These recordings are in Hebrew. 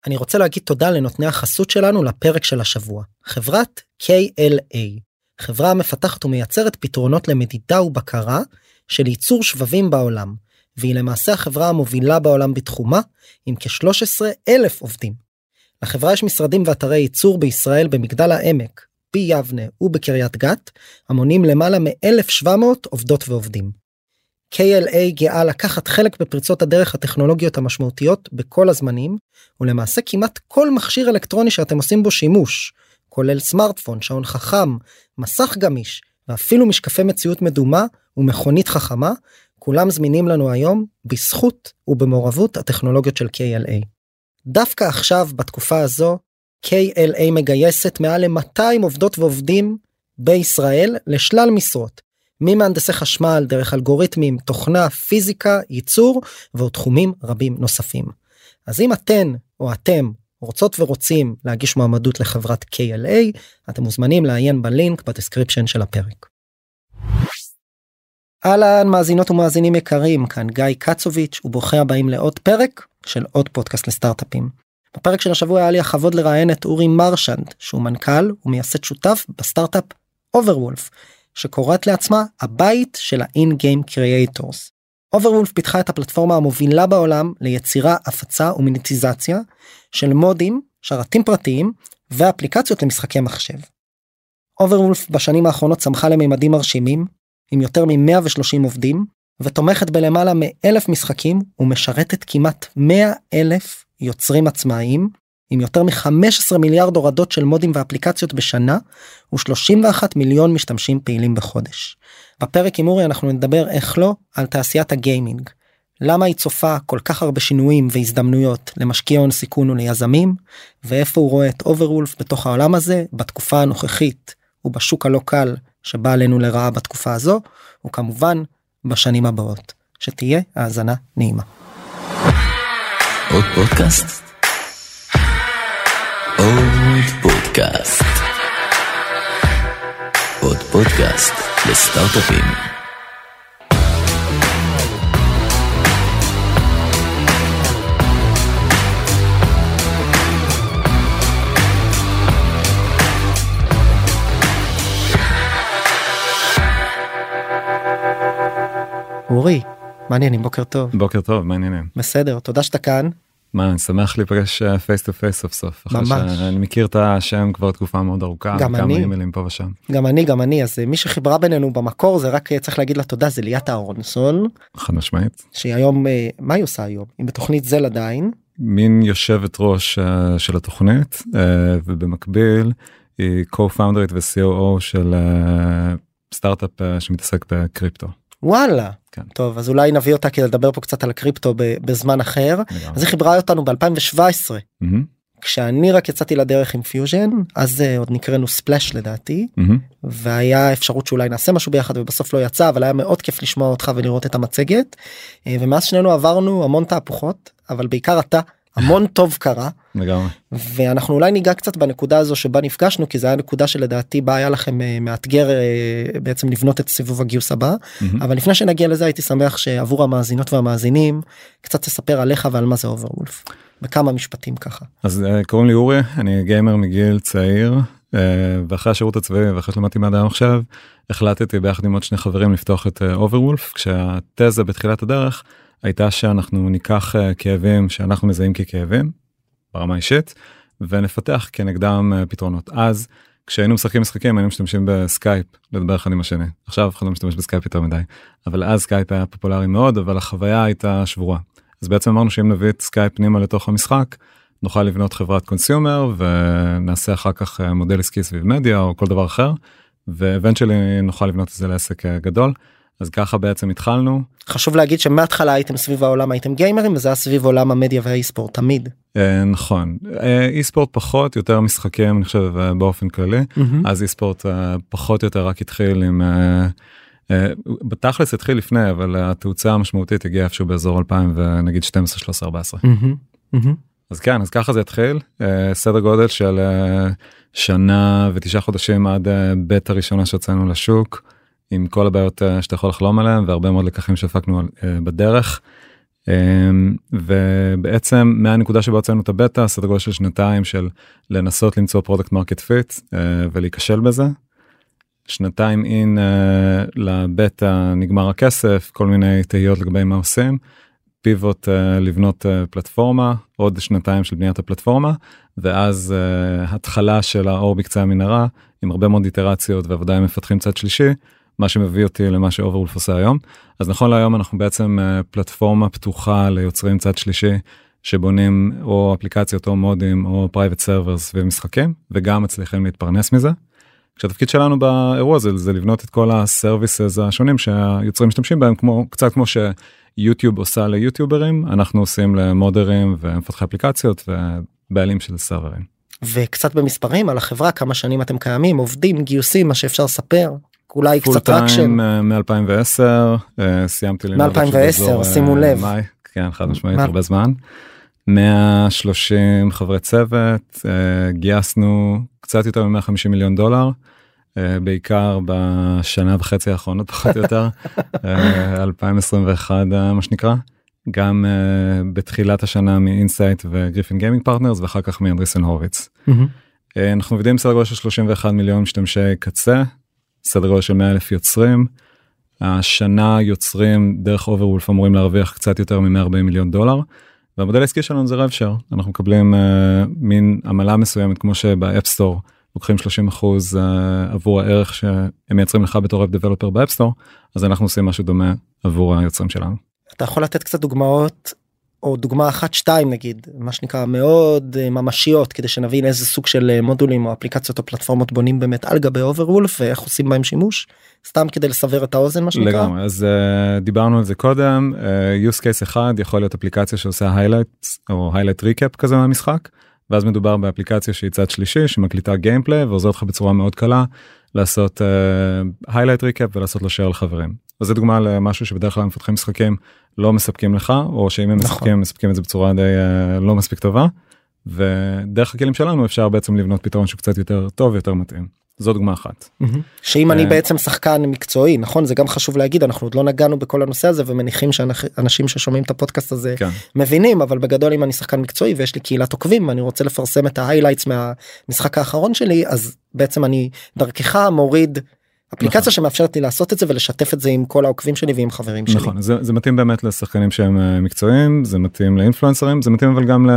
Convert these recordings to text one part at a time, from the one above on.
אני רוצה להגיד תודה לנותני החסות שלנו לפרק של השבוע. חברת KLA, חברה המפתחת ומייצרת פתרונות למדידה ובקרה של ייצור שבבים בעולם, והיא למעשה החברה המובילה בעולם בתחומה, עם כ-13,000 עובדים. לחברה יש משרדים ואתרי ייצור בישראל במגדל העמק, ביבנה ובקריית גת, המונים למעלה מ-1,700 עובדות ועובדים. KLA גאה לקחת חלק בפריצות הדרך הטכנולוגיות המשמעותיות בכל הזמנים, ולמעשה כמעט כל מכשיר אלקטרוני שאתם עושים בו שימוש, כולל סמארטפון, שעון חכם, מסך גמיש, ואפילו משקפי מציאות מדומה ומכונית חכמה, כולם זמינים לנו היום בזכות ובמעורבות הטכנולוגיות של KLA. דווקא עכשיו, בתקופה הזו, KLA מגייסת מעל ל-200 עובדות ועובדים בישראל לשלל משרות, ממהנדסי חשמל, דרך אלגוריתמים, תוכנה, פיזיקה, ייצור ועוד תחומים רבים נוספים. אז אם אתן או אתם רוצות ורוצים להגיש מועמדות לחברת KLA, אתם מוזמנים לעיין בלינק בדסקריפשן של הפרק. אהלן מאזינות ומאזינים יקרים, כאן גיא קצוביץ' וברוכים הבאים לעוד פרק של עוד פודקאסט לסטארט-אפים. בפרק של השבוע היה לי הכבוד לראיין את אורי מרשנד, שהוא מנכ"ל ומייסד שותף בסטארט-אפ Overwolf, שקוראת לעצמה הבית של ה-in-game creators. Overwolf פיתחה את הפלטפורמה המובילה בעולם ליצירה, הפצה ומוניטיזציה של מודים, שרתים פרטיים ואפליקציות למשחקי מחשב. Overwolf בשנים האחרונות צמחה לממדים מרשימים, עם יותר מ-130 עובדים, ותומכת בלמעלה מ-1,000 משחקים, ומשרתת כמעט 100,000 יוצרים עצמאיים, עם יותר מ-15 מיליארד הורדות של מודים ואפליקציות בשנה, ו-31 מיליון משתמשים פעילים בחודש. בפרק עם אורי אנחנו נדבר איך לא על תעשיית הגיימינג. למה היא צופה כל כך הרבה שינויים והזדמנויות למשקיעי הון סיכון וליזמים, ואיפה הוא רואה את Overwolf בתוך העולם הזה, בתקופה הנוכחית ובשוק הלא קל שבא עלינו לרעה בתקופה הזו, וכמובן בשנים הבאות. שתהיה האזנה נעימה. עוד פודקאסט? עוד פודקאסט. עוד פודקאסט לסטארט-אפים. אורי, מעניינים, בוקר טוב. בוקר טוב, מעניינים. בסדר, תודה שאתה כאן. מה, אני שמח להיפגש פייס טו פייס סוף סוף. ממש. אני מכיר את השם כבר תקופה מאוד ארוכה. גם וכמה אני. אימיילים פה ושם. גם אני. אז מי שחיברה בינינו במקור, זה רק צריך להגיד לה תודה, זה ליאת אהרונסון. חד משמעית. שהיא היום, מה היא עושה היום? היא בתוכנית זל עדיין. מין יושבת ראש של התוכנית, ובמקביל היא co-founderית ו-COO של סטארט-אפ שמתעסק בקריפטו. וואלה. כן. טוב, אז אולי נביא אותה כדי לדבר פה קצת על הקריפטו בזמן אחר. אז היא חיברה אותנו ב-2017. כשאני רק יצאתי לדרך עם פיוז'ן, אז עוד נקראנו ספלאש לדעתי, והיה אפשרות שאולי נעשה משהו ביחד, ובסוף לא יצא, אבל היה מאוד כיף לשמוע אותך ולראות את המצגת. ומאז שנינו עברנו המון תהפוכות, אבל בעיקר אתה, המון טוב קרה. לגמרי. ואנחנו אולי ניגע קצת בנקודה הזו שבה נפגשנו, כי זה היה נקודה שלדעתי בה היה לכם מאתגר בעצם לבנות את סיבוב הגיוס הבא. אבל לפני שנגיע לזה הייתי שמח שעבור המאזינות והמאזינים, קצת תספר עליך ועל מה זה Overwolf. בכמה משפטים ככה. אז קוראים לי אורי, אני גיימר מגיל צעיר, ואחרי השירות הצבאי ואחרי שלמדתי מדעי המחשב, החלטתי ביחד עם עוד שני חברים לפתוח את Overwolf, כשהתזה בתחילת הדרך הייתה שאנחנו ניקח כאבים שאנחנו מזהים ככאבים, ברמה אישית, ונפתח כנגדם פתרונות. אז כשהיינו משחקים היינו משתמשים בסקייפ לדבר אחד עם השני. עכשיו אף אחד לא משתמש בסקייפ יותר מדי, אבל אז סקייפ היה פופולרי מאוד, אבל החוויה הייתה שבורה. אז בעצם אמרנו שאם נביא את סקייפ פנימה לתוך המשחק, נוכל לבנות חברת קונסיומר, ונעשה אחר כך מודל עסקי סביב מדיה או כל דבר אחר, ואבנטשלי נוכל לבנות את זה לעסק גדול. אז ככה בעצם התחלנו. חשוב להגיד שמההתחלה הייתם סביב העולם, הייתם גיימרים, וזה היה סביב עולם המדיה והאי-ספורט, תמיד. נכון. אי-ספורט פחות, יותר משחקים, אני חושב, באופן כללי. אז אי-ספורט פחות או יותר רק התחיל עם... בתכלס התחיל לפני, אבל התאוצה המשמעותית הגיעה איפשהו באזור 2000, ונגיד 12, 13, 14. אז כן, אז ככה זה התחיל. סדר גודל של שנה ו9 חודשים עד בית הראשונה שיצאנו לשוק. עם כל הבעיות שאתה יכול לחלום עליהן, והרבה מאוד לקחים שהפקנו בדרך. ובעצם מהנקודה שבה הוצאנו את הבטא, סדר גודל של 2 של לנסות למצוא פרודקט מרקט פיט ולהיכשל בזה. 2 אין לבטא נגמר הכסף, כל מיני תהיות לגבי מה עושים, פיבוט לבנות פלטפורמה, עוד 2 של בניית הפלטפורמה, ואז התחלה של האור בקצה המנהרה, עם הרבה מאוד איטרציות ועבודה עם מפתחים צד שלישי, מה שמביא אותי למה שאוברוולף עושה היום. אז נכון להיום אנחנו בעצם פלטפורמה פתוחה ליוצרים צד שלישי, שבונים או אפליקציות או מודים או פרייבט סרברס ומשחקים, וגם מצליחים להתפרנס מזה. כשהתפקיד שלנו באירוע הזה, זה לבנות את כל הסרוויסס השונים שהיוצרים משתמשים בהם, קצת כמו שיוטיוב עושה ליוטיוברים, אנחנו עושים למודרים ומפתחי אפליקציות ובעלים של סרברים. וקצת במספרים על החברה, כמה שנים אתם קיימים, עובדים, גיוסים, מה שאפשר לספר, אולי קצת טראקשן. מ-2010, סיימתי מ-2010, שימו לב. כן, חד משמעית, הרבה זמן. 130 חברי צוות, גייסנו קצת יותר מ$150 מיליון, בעיקר בשנה וחצי האחרונות, פחות או יותר, 2021 מה שנקרא, גם בתחילת השנה מאינסייט וגריפין גיימינג פרטנרס, ואחר כך מאנדריסן הורוביץ. אנחנו עובדים סדר גודל של 31 מיליון משתמשי קצה, סדר גודל של 100,000 יוצרים, השנה יוצרים דרך אוברוולף אמורים להרוויח קצת יותר מ$140 מיליון, והמודל העסקי שלנו זה רב-שר, אנחנו מקבלים מין עמלה מסוימת, כמו שבאפסטור לוקחים 30% עבור הערך שהם מייצרים לך בתור דבלופר באפסטור, אז אנחנו עושים משהו דומה עבור היוצרים שלנו. אתה יכול לתת קצת דוגמאות, או דוגמה 1-2 נגיד, מה שנקרא מאוד ממשיות, כדי שנבין איזה סוג של מודולים או אפליקציות או פלטפורמות בונים באמת על גבי אוברוולף, ואיך עושים בהם שימוש, סתם כדי לסבר את האוזן מה שנקרא. לגמרי, אז דיברנו על זה קודם, use case אחד יכול להיות אפליקציה שעושה highlight או highlight recap כזה מהמשחק, ואז מדובר באפליקציה שהיא צד שלישי, שמקליטה גיימפליי, ועוזרת לך בצורה מאוד קלה, לעשות highlight recap ולעשות לו share לחברים. אז זה דוגמה למשהו שבדרך כלל מפתחים משחקים לא מספקים לך, או שאם הם מספקים את זה בצורה די לא מספיק טובה, ודרך הכלים שלנו אפשר בעצם לבנות פתרון שהוא קצת יותר טוב ויותר מתאים. זו דוגמה אחת. שאם אני בעצם שחקן מקצועי, נכון? זה גם חשוב להגיד, אנחנו עוד לא נגענו בכל הנושא הזה, ומניחים שאנשים ששומעים את הפודקאסט הזה מבינים, אבל בגדול אם אני שחקן מקצועי ויש לי קהילת עוקבים, ואני רוצה לפרסם את ההיילייטס מהמשחק האחרון שלי, אז בעצם אני דרכך מוריד אפליקציה שמאפשרת לי לעשות את זה ולשתף את זה עם כל העוקבים שלי ועם חברים שלי. נכון, זה מתאים באמת לשחקנים שהם מקצועיים, זה מתאים לאינפלואנסרים, זה מתאים אבל גם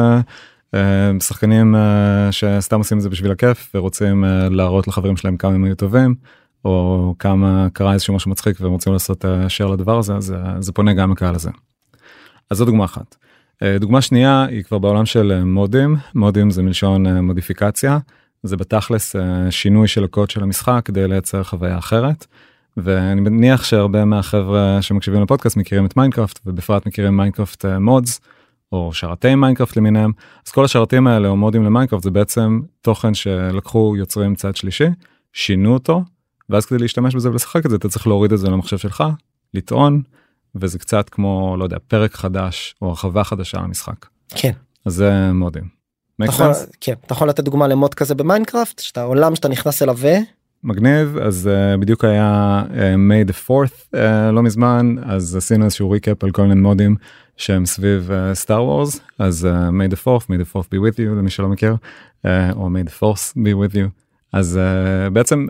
שחקנים שסתם עושים את זה בשביל הכיף ורוצים להראות לחברים שלהם כמה הם היו טובים, או כמה קרה איזשהו משהו מצחיק והם רוצים לעשות share לדבר הזה, אז זה פונה גם לקהל הזה. אז זו דוגמה אחת. דוגמה שנייה היא כבר בעולם של מודים. מודים זה מלשון מודיפיקציה, זה בתכלס שינוי של הקוד של המשחק כדי לייצר חוויה אחרת, ואני מניח שהרבה מהחבר'ה שמקשיבים לפודקאסט מכירים את מיינקראפט, ובפרט מכירים מיינקראפט מודס, או שרתי מיינקראפט למיניהם. אז כל השרתים האלה או מודים למיינקראפט זה בעצם תוכן שלקחו יוצרים צד שלישי, שינו אותו, ואז כדי להשתמש בזה ולשחק את זה, אתה צריך להוריד את זה למחשב שלך, לטעון, וזה קצת כמו, לא יודע, פרק חדש, או הרחבה חדשה למשחק. כן. אז זה מודים. כן, אתה יכול לתת דוגמה למוד כזה במיינקראפט, שאתה עולם שאתה נכנס אליו מגניב, אז בדיוק היה May the 4th לא מזמן, אז עשינו איזשהו ריקאפ על כל מיני מודים שהם סביב סטאר וורס, אז May the 4th be with you, למי שלא מכיר, או May the Force be with you, אז בעצם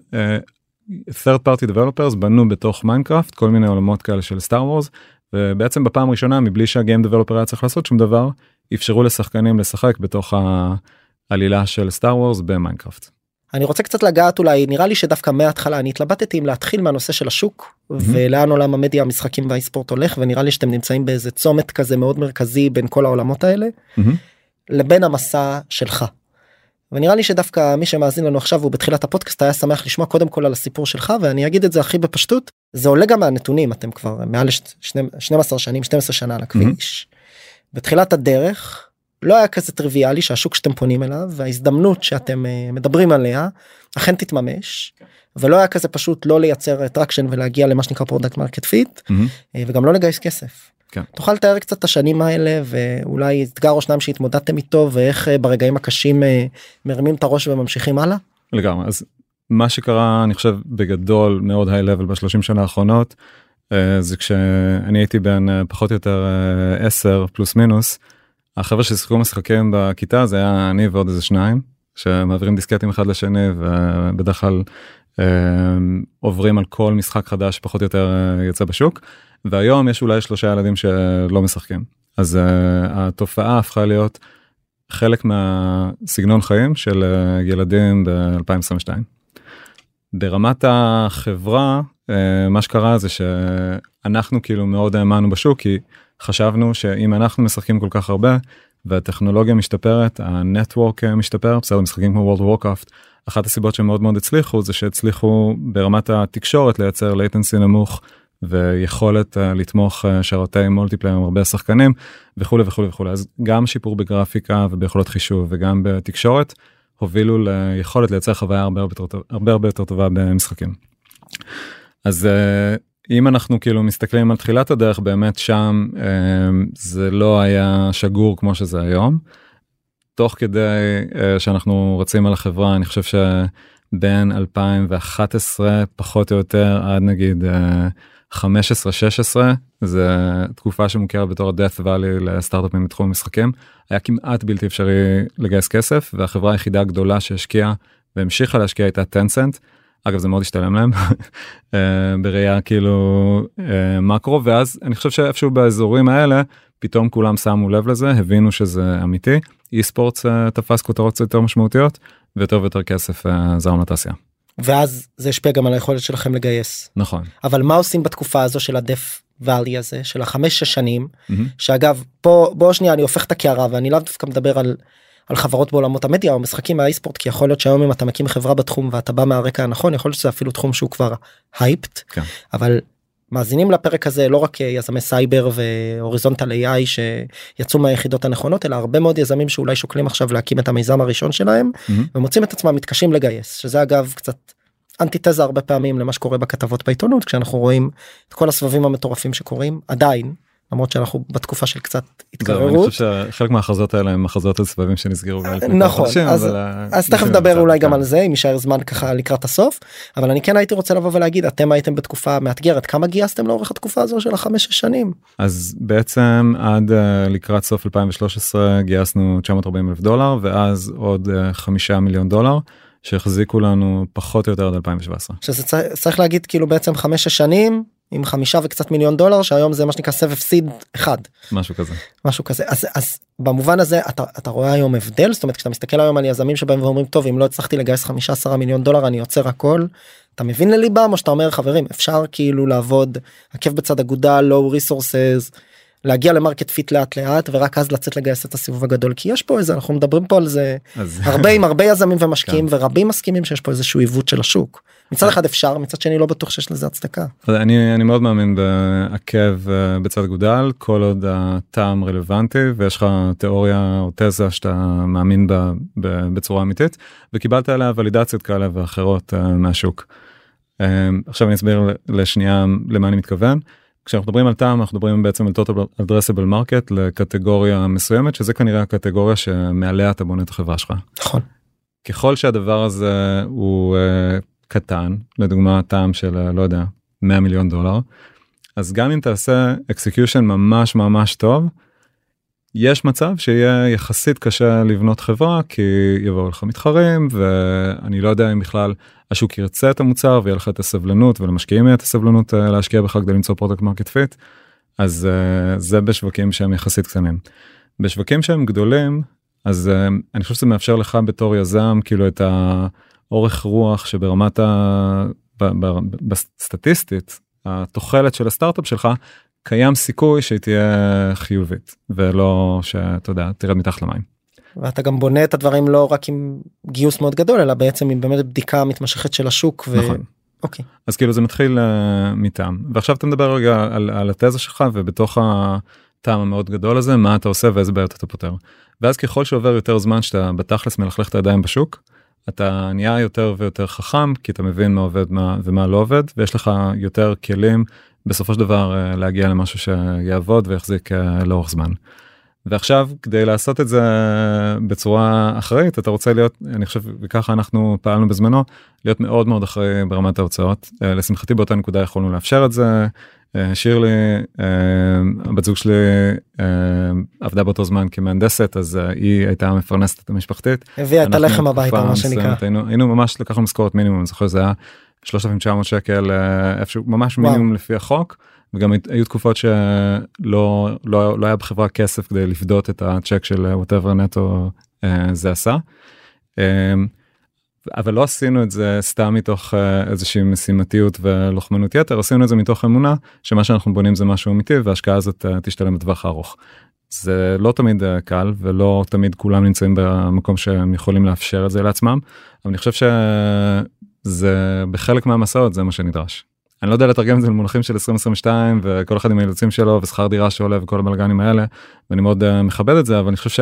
third party developers בנו בתוך מיינקראפט כל מיני עולמות כאלה של סטאר וורס, ובעצם בפעם ראשונה מבלי שהגיים דבלופר היה צריך לעשות שום דבר, אפשרו לשחקנים לשחק בתוך העלילה של סטאר וורס במיינקראפט. אני רוצה קצת לגעת אולי, נראה לי שדווקא מההתחלה אני התלבטתי אם להתחיל מהנושא של השוק, ולאן עולם המדיה, המשחקים והאיספורט הולך, ונראה לי שאתם נמצאים באיזה צומת כזה מאוד מרכזי בין כל העולמות האלה, לבין המסע שלך. ונראה לי שדווקא מי שמאזין לנו עכשיו הוא בתחילת הפודקאסט היה שמח לשמוע קודם כל על הסיפור שלך, ואני אגיד את זה הכי בפשטות, זה עולה גם מהנתונים, אתם כבר מעל 12 שנה על הכביש. בתחילת הדרך לא היה כזה טריוויאלי שהשוק שאתם פונים אליו וההזדמנות שאתם מדברים עליה אכן תתממש, ולא היה כזה פשוט לא לייצר טראקשן ולהגיע למה שנקרא פרודקט מרקט פיט, וגם לא לגייס כסף. תוכל לתאר קצת את השנים האלה, ואולי אתגר או שניים שהתמודדתם איתו, ואיך ברגעים הקשים מרימים את הראש וממשיכים הלאה? לגמרי, אז מה שקרה אני חושב בגדול מאוד היי לבל ב30 שנה האחרונות, זה כשאני הייתי בין פחות או יותר 10 פלוס מינוס, החבר'ה ששיחקו משחקים בכיתה זה היה אני ועוד איזה 2, שמעבירים דיסקטים אחד לשני, ובדרך כלל עוברים על כל משחק חדש פחות או יותר יצא בשוק, והיום יש אולי 3 ילדים שלא משחקים. אז התופעה הפכה להיות חלק מהסגנון חיים של ילדים ב-2022. ברמת החברה, מה שקרה זה שאנחנו כאילו מאוד האמנו בשוק, כי חשבנו שאם אנחנו משחקים כל כך הרבה, והטכנולוגיה משתפרת, הנטוורק משתפר, בסדר, משחקים כמו World of Warcraft, אחת הסיבות שהם מאוד מאוד הצליחו, זה שהצליחו ברמת התקשורת לייצר latency נמוך, ויכולת לתמוך שרתי מולטיפלייר עם הרבה שחקנים, וכו' וכו' וכו'. אז גם שיפור בגרפיקה וביכולות חישוב, וגם בתקשורת, הובילו ליכולת לייצר חוויה הרבה יותר טובה במשחקים. אז אם אנחנו כאילו מסתכלים על תחילת הדרך, באמת שם זה לא היה שגור כמו שזה היום. תוך כדי שאנחנו רצים על החברה, אני חושב שבין 2011 פחות או יותר עד נגיד 15-16, זה תקופה שמוכרת בתור ה-Death Valley לסטארט-אפים בתחום המשחקים. היה כמעט בלתי אפשרי לגייס כסף, והחברה היחידה הגדולה שהשקיעה והמשיכה להשקיע הייתה Tencent. אגב, זה מאוד השתלם להם, בראייה כאילו מקרו, ואז אני חושב שאיפשהו באזורים האלה, פתאום כולם שמו לב לזה, הבינו שזה אמיתי, אי-ספורט תפס כותרות יותר משמעותיות, ויותר ויותר כסף זרם לתעשייה. ואז זה השפיע גם על היכולת שלכם לגייס. נכון. אבל מה עושים בתקופה הזו של ה-Death Valley הזה, של 5 שנים, שאגב, בוא שנייה, אני הופך את הקערה, ואני לאו דווקא מדבר על חברות בעולמות המדיה או משחקים מהאי-ספורט, כי יכול להיות שהיום אם אתה מקים חברה בתחום ואתה בא מהרקע הנכון, יכול להיות שזה אפילו תחום שהוא כבר הייפט, כן. אבל מאזינים לפרק הזה לא רק יזמי סייבר והוריזונטל AI שיצאו מהיחידות הנכונות, אלא הרבה מאוד יזמים שאולי שוקלים עכשיו להקים את המיזם הראשון שלהם, ומוצאים את עצמם מתקשים לגייס, שזה אגב קצת אנטיתזה הרבה פעמים למה שקורה בכתבות בעיתונות, כשאנחנו רואים את כל הסבבים המטורפים שקורים, עדיין, למרות שאנחנו בתקופה של קצת התקררות. אני חושב שחלק מההכרזות האלה הם הכרזות על סבבים שנסגרו. נכון, אז תכף נדבר אולי גם על זה, אם יישאר זמן ככה לקראת הסוף, אבל אני כן הייתי רוצה לבוא ולהגיד, אתם הייתם בתקופה מאתגרת, כמה גייסתם לאורך התקופה הזו של 5 שנים? אז בעצם עד לקראת סוף 2013 גייסנו $940,000, ואז עוד $5 מיליון, שהחזיקו לנו פחות או יותר עד 2017. שזה צריך להגיד כאילו בעצם 5 שנים, עם $5 וקצת מיליון, שהיום זה מה שנקרא סבב סיד אחד. משהו כזה. אז במובן הזה אתה רואה היום הבדל, זאת אומרת כשאתה מסתכל היום על יזמים שבהם ואומרים טוב אם לא הצלחתי לגייס $15 מיליון אני יוצר הכל, אתה מבין לליבם או שאתה אומר חברים אפשר כאילו לעבוד עקב בצד אגודל, low resources, להגיע למרקט פיט לאט לאט ורק אז לצאת לגייס את הסיבוב הגדול, כי יש פה איזה, אנחנו מדברים פה על זה הרבה עם הרבה יזמים ומשקיעים ורבים מסכימים שיש פה איזשהו עיוות של השוק. מצד אחד אפשר, מצד שני לא בטוח שיש לזה הצדקה. אני מאוד מאמין בעקב בצד אגודל, כל עוד הטעם רלוונטי ויש לך תיאוריה או תזה שאתה מאמין בה בצורה אמיתית, וקיבלת עליה ולידציות כאלה ואחרות מהשוק. עכשיו אני אסביר לשנייה למה אני מתכוון. כשאנחנו מדברים על טעם, אנחנו מדברים בעצם על total addressable market לקטגוריה מסוימת, שזה כנראה הקטגוריה שמעליה אתה בונה את החברה שלך. נכון. ככל שהדבר הזה הוא קטן, לדוגמה טעם של, לא יודע, $100 מיליון, אז גם אם תעשה execution ממש ממש טוב, יש מצב שיהיה יחסית קשה לבנות חברה, כי יבואו לך מתחרים, ואני לא יודע אם בכלל השוק ירצה את המוצר, ויהיה לך את הסבלנות, ולמשקיעים יהיה את הסבלנות להשקיע בך כדי למצוא פרודקט מרקט פיט, אז זה בשווקים שהם יחסית קטנים. בשווקים שהם גדולים, אז אני חושב שזה מאפשר לך בתור יזם, כאילו את האורך רוח שברמת בסטטיסטית, התוחלת של הסטארט-אפ שלך, קיים סיכוי שהיא תהיה חיובית, ולא שאתה יודע, תרד מתחת למים. ואתה גם בונה את הדברים לא רק עם גיוס מאוד גדול, אלא בעצם עם באמת בדיקה מתמשכת של השוק. נכון. אוקיי. אז כאילו זה מתחיל מטעם. ועכשיו אתה מדבר רגע על התזה שלך, ובתוך הטעם המאוד גדול הזה, מה אתה עושה ואיזה בעיות אתה פותר. ואז ככל שעובר יותר זמן שאתה בתכלס מלכלך את הידיים בשוק, אתה נהיה יותר ויותר חכם, כי אתה מבין מה עובד ומה לא עובד, ויש לך יותר כלים בסופו של דבר להגיע למשהו שיעבוד ויחזיק לאורך זמן. ועכשיו כדי לעשות את זה בצורה אחראית אתה רוצה להיות, אני חושב וככה אנחנו פעלנו בזמנו, להיות מאוד מאוד אחראי ברמת ההוצאות. לשמחתי באותה נקודה יכולנו לאפשר את זה. שירלי, הבת זוג שלי עבדה באותו זמן כמהנדסת, אז היא הייתה המפרנסת המשפחתית. הביאה את הלחם הביתה, מה שנקרא. היינו ממש לקחנו משכורת מינימום, אני זוכר זה היה 3,900 שקל, איפשהו ממש מינימום לפי החוק, וגם היו תקופות שלא היה בחברה כסף כדי לפדות את הצ'ק של whatever נטו זה עשה. אבל לא עשינו את זה סתם מתוך איזושהי משימתיות ולוחמנות יתר, עשינו את זה מתוך אמונה שמה שאנחנו בונים זה משהו אמיתי, וההשקעה הזאת תשתלם בטווח הארוך. זה לא תמיד קל, ולא תמיד כולם נמצאים במקום שהם יכולים לאפשר את זה לעצמם, אבל אני חושב שזה בחלק מהמסעות זה מה שנדרש. אני לא יודע לתרגם את זה למונחים של 2022, וכל אחד עם האילוצים שלו, ושכר דירה שעולה וכל הבלגנים האלה, ואני מאוד מכבד את זה, אבל אני חושב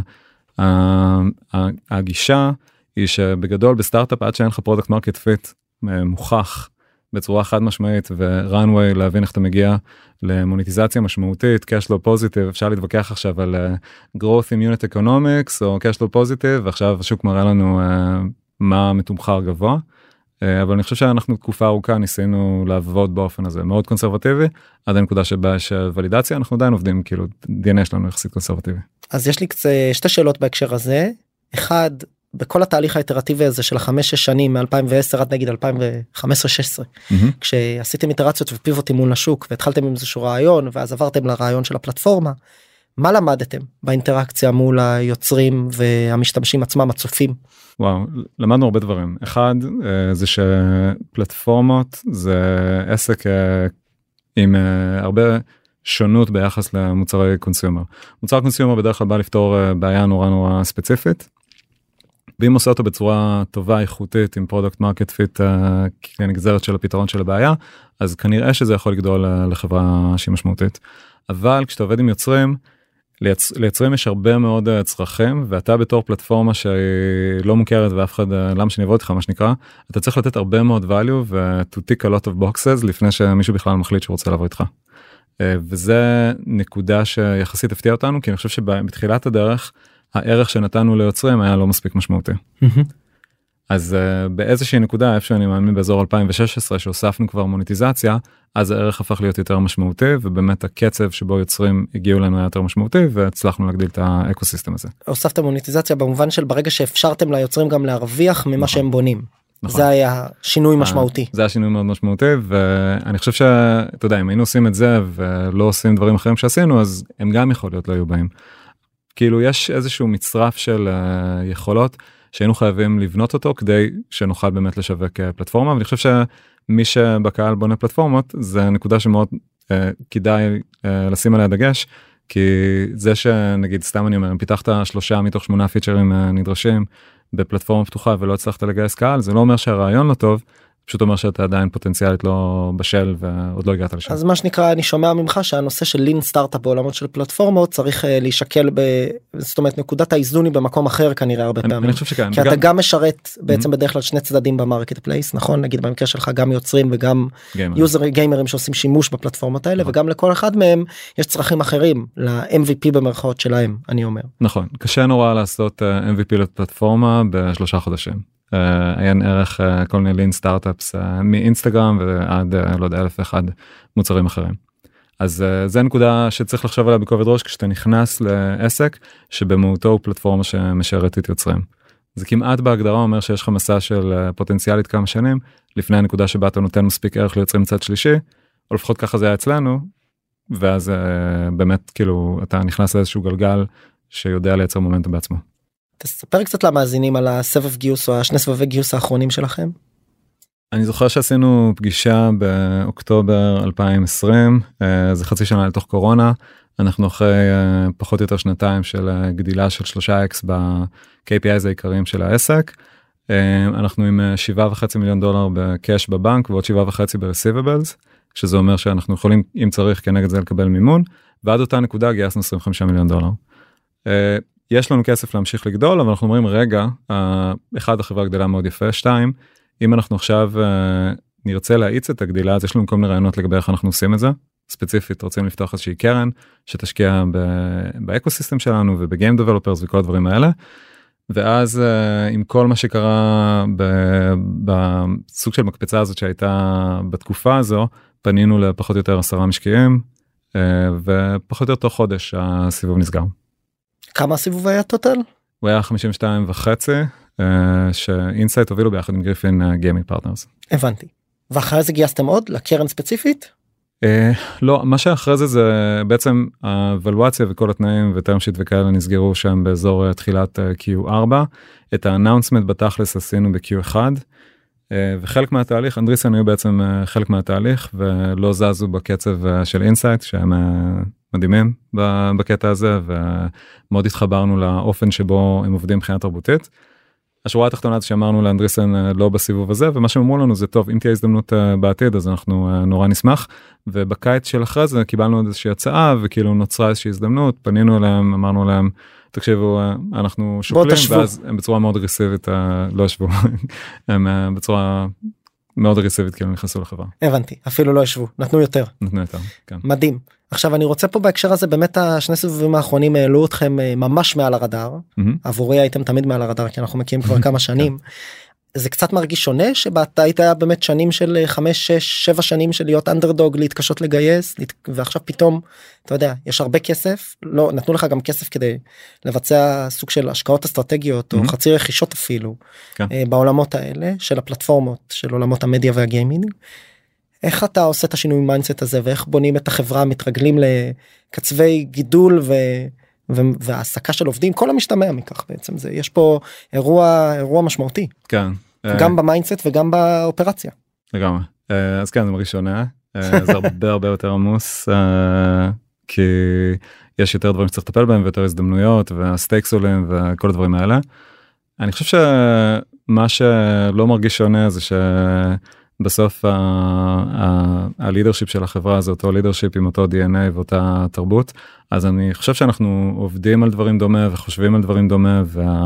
שהגישה היא שבגדול בסטארט-אפ עד שאין לך פרודקט מרקט פיט מוכח בצורה חד משמעית ורנווי להבין איך אתה מגיע למוניטיזציה משמעותית, cash flow positive, אפשר להתווכח עכשיו על growth in unit economics או cash flow positive, ועכשיו השוק מראה לנו מה מתומחר גבוה, אבל אני חושב שאנחנו תקופה ארוכה ניסינו לעבוד באופן הזה מאוד קונסרבטיבי, עד הנקודה שבה יש ולידציה, אנחנו עדיין עובדים, כאילו DNA שלנו יחסית קונסרבטיבי. אז יש לי שתי שאלות בהקשר הזה. אחד, בכל התהליך האיטרטיבי הזה של 5-6 שנים מ-2010 עד נגיד 2015-16 כשעשיתם איטרציות ופיבוטים מול השוק והתחלתם עם איזשהו רעיון ואז עברתם לרעיון של הפלטפורמה, מה למדתם באינטראקציה מול היוצרים והמשתמשים עצמם הצופים? וואו, למדנו הרבה דברים. אחד זה שפלטפורמות זה עסק עם הרבה שונות ביחס למוצרי קונסיומר. מוצר קונסיומר בדרך כלל בא לפתור בעיה נורא ספציפית, ואם עושה אותו בצורה טובה, איכותית, עם פרודקט מרקט פיט כנגזרת של הפתרון של הבעיה, אז כנראה שזה יכול לגדול לחברה שהיא משמעותית. אבל כשאתה עובד עם יוצרים, ליוצרים יש הרבה מאוד צרכים, ואתה בתור פלטפורמה שהיא לא מוכרת ואף אחד, למה שאני אעבוד איתך, מה שנקרא, אתה צריך לתת הרבה מאוד value ו-to tick a lot of boxes, לפני שמישהו בכלל מחליט שהוא רוצה לעבוד איתך. וזה נקודה שיחסית הפתיע אותנו, כי אני חושב שבתחילת הדרך, הערך שנתנו ליוצרים היה לא מספיק משמעותי. אז באיזושהי נקודה, איפה שאני מאמין באזור 2016, שהוספנו כבר מוניטיזציה, אז הערך הפך להיות יותר משמעותי, ובאמת הקצב שבו יוצרים הגיעו לנו היה יותר משמעותי, והצלחנו להגדיל את האקוסיסטם הזה. הוספתם מוניטיזציה במובן של ברגע שאפשרתם ליוצרים גם להרוויח ממה שהם בונים. נכון. זה היה שינוי משמעותי. זה היה שינוי מאוד משמעותי, ואני חושב שאתה יודע, אם היינו עושים את זה, ולא עושים דברים אחרים שעשינו, אז הם גם יכול להיות לא יהיו בהם. כאילו יש איזשהו מצרף של יכולות שהיינו חייבים לבנות אותו כדי שנוכל באמת לשווק פלטפורמה, ואני חושב שמי שבקהל בונה פלטפורמות זה נקודה שמאוד כדאי לשים עליה דגש, כי זה שנגיד סתם אני אומר, אם פיתחת 3 מתוך 8 פיצ'רים נדרשים בפלטפורמה פתוחה ולא הצלחת לגייס קהל, זה לא אומר שהרעיון לא טוב, פשוט אומר שאתה עדיין פוטנציאלית לא בשל ועוד לא הגעת לשם. אז מה שנקרא, אני שומע ממך שהנושא של לין סטארט-אפ בעולמות של פלטפורמות צריך להישקל זאת אומרת נקודת האיזון היא במקום אחר כנראה הרבה פעמים. אני חושב שכן. כי אתה גם משרת בעצם בדרך כלל שני צדדים במרקט פלייס, נכון? נגיד במקרה שלך גם יוצרים וגם יוזר גיימרים שעושים שימוש בפלטפורמות האלה, וגם לכל אחד מהם יש צרכים אחרים ל-MVP במרכאות שלהם, אני אומר. נכון, קשה נורא לעשות MVP לפלטפורמה ב3 חודשים. עיין ערך כל מיני לין סטארט-אפס מאינסטגרם ועד לא יודע 1001 מוצרים אחרים. אז זה נקודה שצריך לחשוב עליה בכובד ראש כשאתה נכנס לעסק שבמהותו הוא פלטפורמה שמשרתת יוצרים. זה כמעט בהגדרה אומר שיש לך מסע של פוטנציאלית כמה שנים לפני הנקודה שבה אתה נותן מספיק ערך ליוצרים מצד שלישי, או לפחות ככה זה היה אצלנו, ואז באמת כאילו אתה נכנס לאיזשהו גלגל שיודע לייצר מומנטום בעצמו. תספר קצת למאזינים על הסבב גיוס או השני סבבי גיוס האחרונים שלכם. אני זוכר שעשינו פגישה באוקטובר 2020, זה חצי שנה לתוך קורונה, אנחנו אחרי פחות או יותר 2 שנתיים של גדילה של 3x ב-KPIs העיקריים של העסק, אנחנו עם $7.5 מיליון בקאש בבנק ועוד 7.5 ב-receivables, שזה אומר שאנחנו יכולים אם צריך כנגד זה לקבל מימון, ועד אותה נקודה גייסנו $25 מיליון. יש לנו כסף להמשיך לגדול, אבל אנחנו אומרים רגע, אחד החברה גדלה מאוד יפה, 2, אם אנחנו עכשיו נרצה להאיץ את הגדילה, אז יש לנו כל מיני רעיונות לגבי איך אנחנו עושים את זה, ספציפית רוצים לפתוח איזושהי קרן שתשקיע באקוסיסטם שלנו ובגיים דבלופרס וכל הדברים האלה. ואז עם כל מה שקרה בסוג של מקפצה הזאת שהייתה בתקופה הזו, פנינו לפחות או יותר 10 משקיעים, ופחות או יותר תוך חודש הסיבוב נסגר. כמה הסיבוב היה טוטל? הוא היה 52.5, שאינסייט הובילו ביחד עם גריפין גיימינג פרטנרס. הבנתי. ואחרי זה גייסתם עוד לקרן ספציפית? לא, מה שאחרי זה בעצם הוולואציה וכל התנאים וטרם שיט וכאלה נסגרו שם באזור תחילת Q4. את האנאונסמנט בתכלס עשינו ב-Q1, וחלק מהתהליך, אנדריסן היו בעצם חלק מהתהליך ולא זזו בקצב של אינסייט, שהם מדהימים בקטע הזה, ומאוד התחברנו לאופן שבו הם עובדים מבחינה תרבותית. השורה התחתונה זה שאמרנו לאנדריסן לא בסיבוב הזה, ומה שהם אמרו לנו זה טוב, אם תהיה הזדמנות בעתיד, אז אנחנו נורא נשמח, ובקיץ של אחרי זה קיבלנו איזושהי הצעה, וכאילו נוצרה איזושהי הזדמנות, פנינו אליהם, אמרנו להם, תקשיבו, אנחנו שוקלים, ואז הם בצורה מאוד אגרסיבית, לא ישבו, הם בצורה מאוד אגרסיבית, כאילו נכנסו לחברה. הבנתי, אפילו לא ישבו, נתנו יותר. נתנו יותר, כן. מדהים. עכשיו אני רוצה פה בהקשר הזה, באמת השני סיבובים האחרונים העלו אתכם ממש מעל הרדאר, עבורי הייתם תמיד מעל הרדאר, כי אנחנו מכירים כבר כמה שנים. זה קצת מרגיש שונה, שבאת היה באמת שנים של 5, 6, 7 שנים של להיות אנדרדוג, להתקשות לגייס, ועכשיו פתאום, אתה יודע, יש הרבה כסף, לא, נתנו לך גם כסף כדי לבצע סוג של השקעות אסטרטגיות, או חצי רכישות אפילו, בעולמות האלה, של הפלטפורמות, של עולמות המדיה והגיימינג. איך אתה עושה את השינוי מיינדסט הזה, ואיך בונים את החברה, מתרגלים לקצבי גידול והעסקה של עובדים, כל המשתמע מכך בעצם זה, יש פה אירוע משמעותי. כן. גם במיינדסט וגם באופרציה. לגמרי. אז כן, זה מרגיש שונה, זה הרבה יותר עמוס, כי יש יותר דברים שצריך לטפל בהם, ויותר הזדמנויות, והסטייקס עולים, וכל הדברים האלה. אני חושב שמה שלא מרגיש שונה, זה בסוף הלידרשיפ של החברה זה אותו לידרשיפ עם אותו DNA ואותה תרבות, אז אני חושב שאנחנו עובדים על דברים דומה וחושבים על דברים דומה,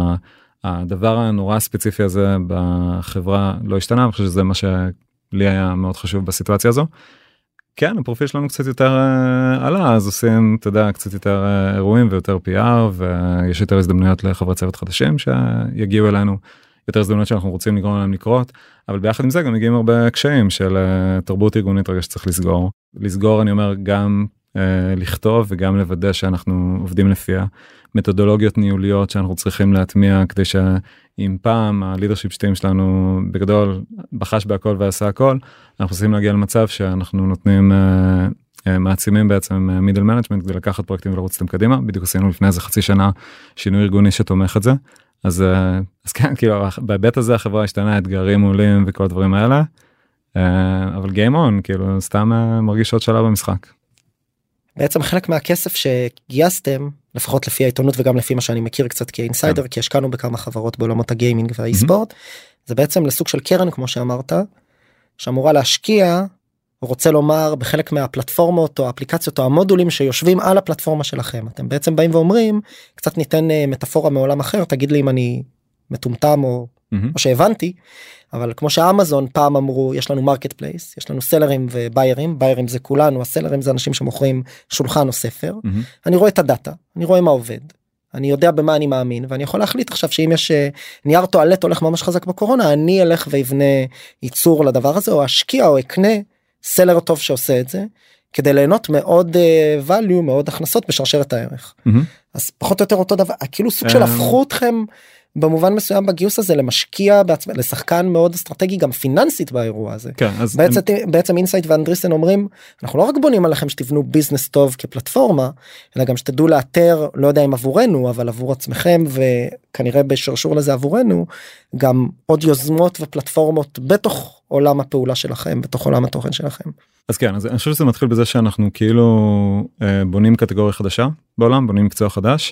והדבר הנורא הספציפי הזה בחברה לא השתנה, אני חושב שזה מה שלי היה מאוד חשוב בסיטואציה הזו. כן, הפרופיל שלנו קצת יותר עלה, אז עושים, אתה יודע, קצת יותר אירועים ויותר PR, ויש יותר הזדמנויות לחברי צוות חדשים שיגיעו אלינו, יותר הזדמנויות שאנחנו רוצים לגרום להם לקרות, אבל ביחד עם זה גם מגיעים הרבה קשיים של תרבות ארגונית רגע שצריך לסגור. לסגור, אני אומר, גם לכתוב וגם לוודא שאנחנו עובדים לפיה. מתודולוגיות ניהוליות שאנחנו צריכים להטמיע, כדי שאם פעם הלידרשיפ שטים שלנו בגדול בחש בהכל ועשה הכל, אנחנו צריכים להגיע למצב שאנחנו נותנים, מעצימים בעצם מידל מנג'מנט כדי לקחת פרויקטים ולרוץ אותם קדימה. בדיוק עשינו לפני איזה חצי שנה שינוי ארגוני שתומך את זה. אז כן, כאילו, בהיבט הזה החברה השתנה, אתגרים עולים וכל הדברים האלה, אבל Game On, כאילו, סתם מרגיש עוד שלב במשחק. בעצם חלק מהכסף שגייסתם, לפחות לפי העיתונות וגם לפי מה שאני מכיר קצת כאינסיידר, כי השקענו בכמה חברות בעולמות הגיימינג והאי-ספורט, זה בעצם לסוג של קרן, כמו שאמרת, שאמורה להשקיע, רוצה לומר, בחלק מהפלטפורמות או האפליקציות או המודולים שיושבים על הפלטפורמה שלכם. אתם בעצם באים ואומרים, קצת ניתן מטאפורה מעולם אחר, תגיד לי אם אני מטומטם או שהבנתי, אבל כמו שאמזון פעם אמרו, יש לנו מרקט פלייס, יש לנו סלרים וביירים, ביירים זה כולנו, הסלרים זה אנשים שמוכרים שולחן או ספר, אני רואה את הדאטה, אני רואה מה עובד, אני יודע במה אני מאמין, ואני יכול להחליט עכשיו שאם יש נייר טואלט הולך ממש חזק בקורונה, אני אלך ויבנה ייצור לדבר הזה, או אשקיע או אקנה סלר טוב שעושה את זה, כדי ליהנות מאוד value, מאוד הכנסות בשרשרת הערך. אז פחות או יותר אותו דבר, כאילו סוג של הפכו אתכם במובן מסוים בגיוס הזה למשקיע בעצמם, לשחקן מאוד אסטרטגי גם פיננסית באירוע הזה. כן, אז בעצם אינסייט ואנדריסן אומרים, אנחנו לא רק בונים עליכם שתבנו ביזנס טוב כפלטפורמה, אלא גם שתדעו לאתר, לא יודע אם עבורנו, אבל עבור עצמכם, וכנראה בשרשור לזה עבורנו, גם עוד יוזמות ופלטפורמות בתוך עולם הפעולה שלכם, בתוך עולם התוכן שלכם. אז כן, אז אני חושב שזה מתחיל בזה שאנחנו כאילו בונים קטגוריה חדשה בעולם, בונים מקצוע חדש,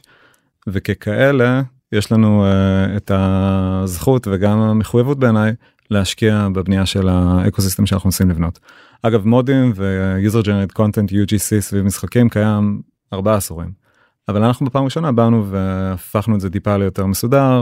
וככאלה יש לנו את הזכות וגם המחויבות בעיניי להשקיע בבנייה של האקוסיסטם שאנחנו מנסים לבנות. אגב, מודים ו-user generated content UGC סביב משחקים קיים 4 עשורים. אבל אנחנו בפעם ראשונה באנו והפכנו את זה טיפה ליותר מסודר,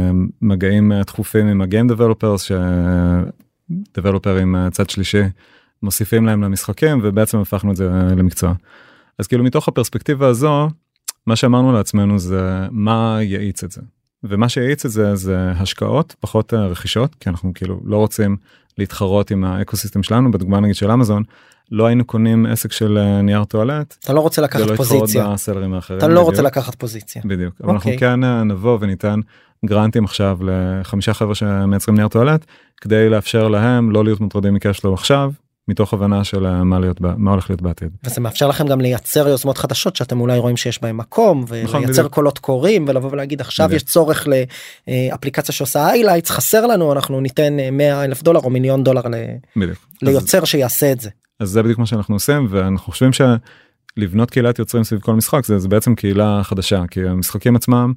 במגעים תכופים עם הגיים דבלופרס, שדבלופרים צד שלישי מוסיפים להם למשחקים, ובעצם הפכנו את זה למקצוע. אז כאילו מתוך הפרספקטיבה הזו, מה שאמרנו לעצמנו זה מה יעיץ את זה. ומה שיעיץ את זה זה השקעות, פחות רכישות, כי אנחנו כאילו לא רוצים להתחרות עם האקוסיסטם שלנו, בדוגמה נגיד של אמזון, לא היינו קונים עסק של נייר טואלט. אתה לא רוצה לקחת פוזיציה. אתה לא רוצה לקחת פוזיציה. בדיוק. אבל אנחנו כן נבוא וניתן גרנטים עכשיו ל5 חבר'ה שמייצרים נייר טואלט, כדי לאפשר להם לא להיות מוטרדים מקשלו עכשיו, מתוך הבנה של מה הולך להיות בעתיד. וזה מאפשר לכם גם לייצר יוזמות חדשות שאתם אולי רואים שיש בהם מקום, ולייצר קולות קוראים, ולבוא ולהגיד עכשיו יש צורך לאפליקציה שעושה highlights, חסר לנו, אנחנו ניתן $100,000 או $1,000,000 ליוצר שיעשה את זה. אז זה בדיוק מה שאנחנו עושים, ואנחנו חושבים שלבנות קהילת יוצרים סביב כל משחק, זה בעצם קהילה חדשה, כי המשחקים עצמם,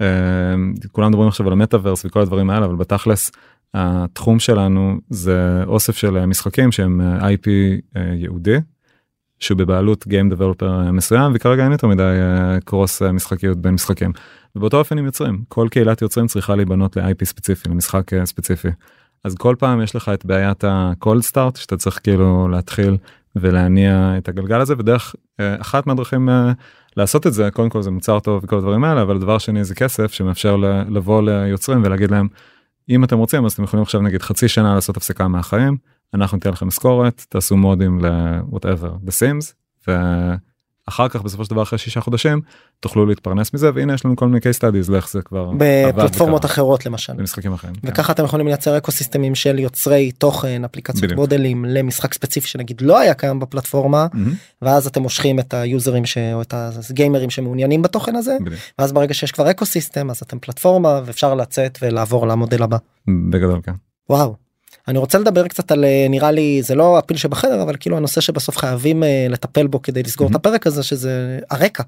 כולם מדברים עכשיו על המטאברס וכל הדברים האלה, אבל בתכלס, התחום שלנו זה אוסף של משחקים שהם IP יהודי, שהוא בבעלות Game Developer מסוים, וכרגע אין יותר מדי קרוס משחקיות בין משחקים. ובאותו אופן הם יוצרים. כל קהילת יוצרים צריכה להיבנות ל-IP ספציפי, למשחק ספציפי. אז כל פעם יש לך את בעיית ה-cold start, שאתה צריך כאילו להתחיל ולהניע את הגלגל הזה, ודרך אחת מהדרכים לעשות את זה, קודם כל זה מוצר טוב וכל הדברים האלה, אבל הדבר שני זה כסף שמאפשר לבוא ליוצרים ולהגיד להם, אם אתם רוצים, אז אתם יכולים עכשיו נגיד חצי שנה לעשות הפסקה מהחיים, אנחנו ניתן לכם משכורת, תעשו מודים ל-whatever, The Sims, ואחר כך בסופו של דבר אחרי 6 חודשים, תוכלו להתפרנס מזה, והנה יש לנו כל מיני case studies, לאיך זה כבר בפלטפורמות אחרות למשל. במשחקים אחרים. וככה אתם יכולים לייצר אקוסיסטמים של יוצרי תוכן, אפליקציות מודלים, למשחק ספציפי שנגיד לא היה קיים בפלטפורמה, ואז אתם מושכים את היוזרים או את הגיימרים שמעוניינים בתוכן הזה, ואז ברגע שיש כבר אקוסיסטם, אז אתם פלטפורמה, ואפשר לצאת ולעבור למודל הבא. בגדול, כן. וואו. אני רוצה לדבר קצת על, נראה לי, זה לא הפיל שבחדר, אבל כאילו הנושא שבסוף חייבים לטפל בו כדי לסגור את הפרק הזה, שזה הרקע.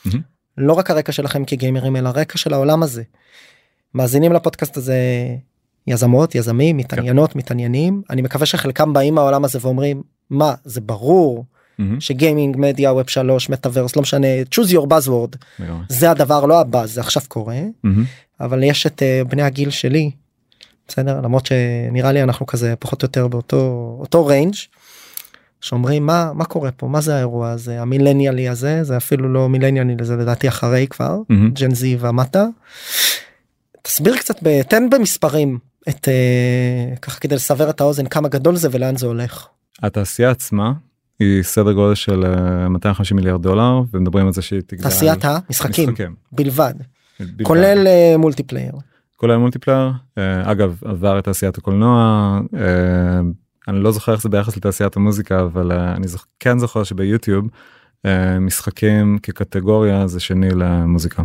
לא רק הרקע שלכם כגיימרים, אלא הרקע של העולם הזה. מאזינים לפודקאסט הזה יזמות, יזמים, מתעניינות, מתעניינים. אני מקווה שחלקם באים מהעולם הזה ואומרים, מה, זה ברור שגיימינג, מדיה, ווב 3, מטאברס, לא משנה, choose your buzzword. זה הדבר, לא הבא, זה עכשיו קורה. אבל יש את בני הגיל שלי, בסדר? למרות שנראה לי אנחנו כזה פחות או יותר באותו ריינג' שאומרים מה קורה פה, מה זה האירוע הזה, המילניאלי הזה, זה אפילו לא מילניאלי, זה לדעתי אחרי כבר, ג'ן זי ומטה. תסביר קצת, תן במספרים, ככה כדי לסבר את האוזן, כמה גדול זה ולאן זה הולך. התעשייה עצמה היא סדר גודל של $250 מיליארד, ומדברים על זה שהיא תגדל. תעשיית המשחקים, בלבד, כולל מולטיפלייר. כולל מולטיפלייר, אגב, עבר את תעשיית הקולנוע, אני לא זוכר איך זה ביחס לתעשיית המוזיקה, אבל אני כן זוכר שביוטיוב, משחקים כקטגוריה זה שני למוזיקה.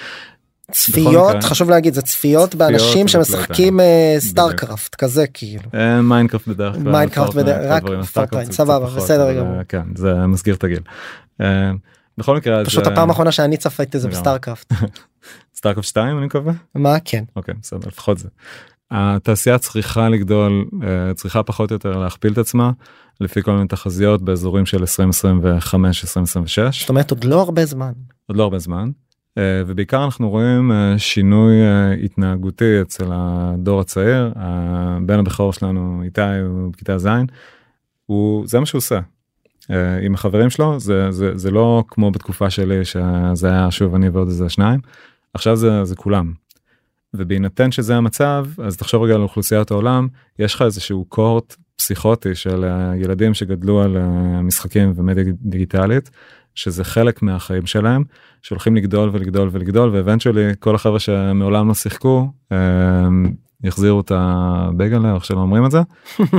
צפיות, חשוב להגיד, זה צפיות באנשים שמשחקים סטארקראפט, כזה כאילו. מיינקראפט בדרך כלל. מיינקראפט בדרך כלל, רק פורטנייט, סבבה, בסדר גמור. כן, זה מסגיר את הגיל. בכל מקרה, פשוט הפעם האחרונה שאני צפיתי זה בסטארקראפט. סטארקראפט 2 אני מקווה? מה? כן. אוקיי, בסדר, לפחות זה. התעשייה צריכה לגדול, צריכה פחות או יותר להכפיל את עצמה, לפי כל מיני תחזיות באזורים של 2025-2026. זאת אומרת, עוד לא הרבה זמן. עוד לא הרבה זמן, ובעיקר אנחנו רואים שינוי התנהגותי אצל הדור הצעיר, בן הבכור שלנו, איתי, הוא בכיתה זין, זה מה שהוא עושה. עם החברים שלו, זה לא כמו בתקופה שלי, שזה היה שוב אני ועוד איזה 2, עכשיו זה כולם. ובהינתן שזה המצב, אז תחשוב רגע על אוכלוסיית העולם, יש לך איזשהו קורט פסיכוטי של ילדים שגדלו על משחקים ומדיה דיגיטלית, שזה חלק מהחיים שלהם, שהולכים לגדול ולגדול ולגדול, ואבנטשלי כל החבר'ה שמעולם לא שיחקו, יחזירו את הבייגלה, איך שלא אומרים את זה,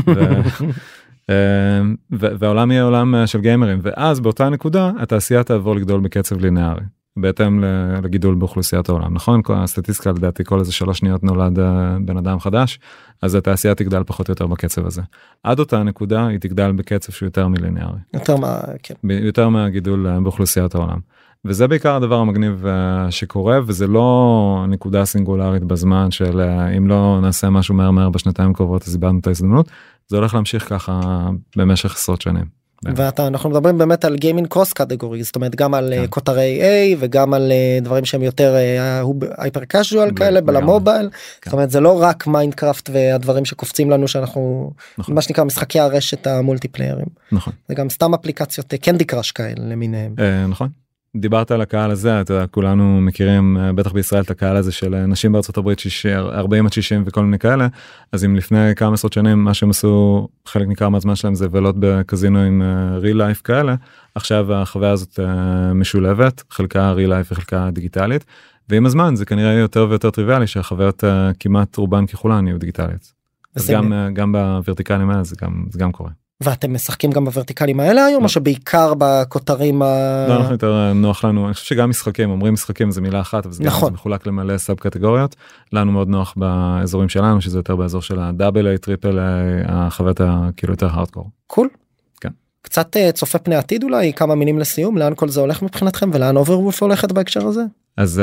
והעולם יהיה עולם של גיימרים, ואז באותה נקודה התעשייה תעבור לגדול בקצב לינארי. בהתאם לגידול באוכלוסיית העולם, נכון? הסטטיסטיקה לדעתי כל איזה 3 שניות נולד בן אדם חדש, אז התעשייה תגדל פחות או יותר בקצב הזה. עד אותה נקודה היא תגדל בקצב שהוא יותר מלינארי. יותר מהגידול באוכלוסיית העולם. וזה בעיקר הדבר המגניב שקורה, וזה לא נקודה סינגולרית בזמן של אם לא נעשה משהו מהר בשנתיים קרובות, אז איבדנו את ההזדמנות, זה הולך להמשיך ככה במשך עשרות שנים. ואנחנו מדברים באמת על גיימינג קרוס קטגורי, זאת אומרת גם על כותרי A וגם על דברים שהם יותר הייפר קאז'ואל כאלה למובייל, זאת אומרת זה לא רק מיינקראפט והדברים שקופצים לנו שאנחנו מה שנקרא משחקי הרשת המולטיפליירים, נכון, זה גם סתם אפליקציות קנדי קראש כאלה למיניהם. נכון, דיברת על הקהל הזה, אתה יודע, כולנו מכירים בטח בישראל את הקהל הזה של נשים בארצות הברית 40 עד 60 וכל מיני כאלה, אז אם לפני כמה עשרות שנים מה שהם עשו חלק ניכר מהזמן שלהם זה ולות בקזינו עם real life כאלה, עכשיו החוויה הזאת משולבת, חלקה real life וחלקה דיגיטלית, ועם הזמן זה כנראה יותר ויותר טריוויאלי שהחוויות כמעט רובן ככולן יהיו דיגיטלית. אז גם בוורטיקלים האלה זה גם קורה. ואתם משחקים גם בוורטיקלים האלה היום, או שבעיקר בכותרים לא, אנחנו יותר נוח לנו, אני חושב שגם משחקים, אומרים משחקים זה מילה אחת, אבל זה גם מחולק למלא סאב קטגוריות, לנו מאוד נוח באזורים שלנו, שזה יותר באזור של הדאבל איי, טריפל איי, החוויות כאילו יותר הארדקור. קול. כן. קצת צופה פני עתיד אולי, כמה מילים לסיום, לאן כל זה הולך מבחינתכם, ולאן אוברוולף הולכת בהקשר הזה? אז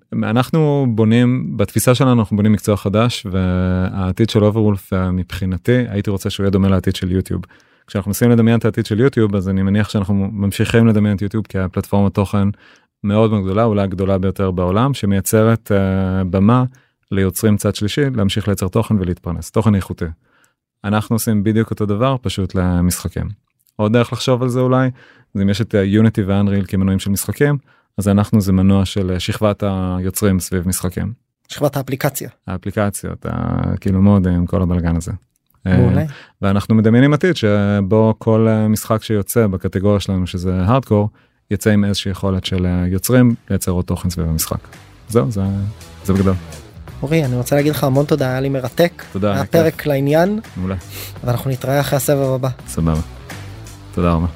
אנחנו בונים, בתפיסה שלנו אנחנו בונים מקצוע חדש, והעתיד של אוברוולף מבחינתי, הייתי רוצה שהוא יהיה דומה לעתיד של יוטיוב. כשאנחנו מנסים לדמיין את העתיד של יוטיוב, אז אני מניח שאנחנו ממשיכים לדמיין את יוטיוב כפלטפורמת תוכן מאוד מאוד גדולה, אולי הגדולה ביותר בעולם, שמייצרת במה ליוצרים צד שלישי, להמשיך לייצר תוכן ולהתפרנס, תוכן איכותי. אנחנו עושים בדיוק אותו דבר, פשוט למשחקים. עוד דרך לחשוב על זה אולי, אז אם יש את יוניטי ואנריל כמנועים של משחקים, אז אנחנו זה מנוע של שכבת היוצרים סביב משחקים. שכבת האפליקציה. האפליקציות, כאילו מאוד עם כל הבלגן הזה. מעולה. ואנחנו מדמיינים עתיד שבו כל משחק שיוצא בקטגוריה שלנו שזה הארדקור, יצא עם איזושהי יכולת של יוצרים לייצר עוד תוכן סביב המשחק. זהו, זה בגדול. אורי, אני רוצה להגיד לך המון תודה, היה לי מרתק. תודה. היה פרק לעניין. מעולה. ואנחנו נתראה אחרי הסבב הבא. סבבה. תודה רבה.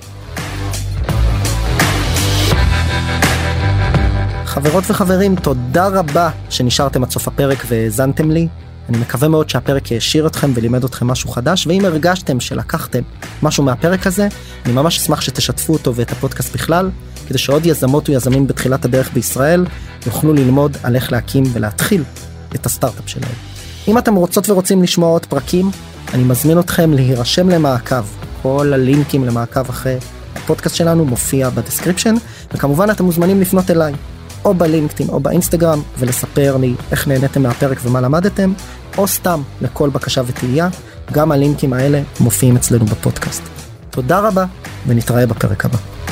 חברות וחברים, תודה רבה שנשארתם עד סוף הפרק והאזנתם לי. אני מקווה מאוד שהפרק ישיר אתכם ולימד אתכם משהו חדש, ואם הרגשתם שלקחתם משהו מהפרק הזה, אני ממש אשמח שתשתפו אותו ואת הפודקאסט בכלל, כדי שעוד יזמות ויזמים בתחילת הדרך בישראל יוכלו ללמוד על איך להקים ולהתחיל את הסטארט-אפ שלהם. אם אתם רוצות ורוצים לשמוע עוד פרקים, אני מזמין אתכם להירשם למעקב. כל הלינקים למעקב אחרי הפודקאסט שלנו מופיע בדסקריפשן, וכמובן אתם מוזמנים לפנות אליי. או בלינקדאין או באינסטגרם, ולספר לי איך נהניתם מהפרק ומה למדתם, או סתם לכל בקשה ותהייה, גם הלינקים האלה מופיעים אצלנו בפודקאסט. תודה רבה, ונתראה בפרק הבא.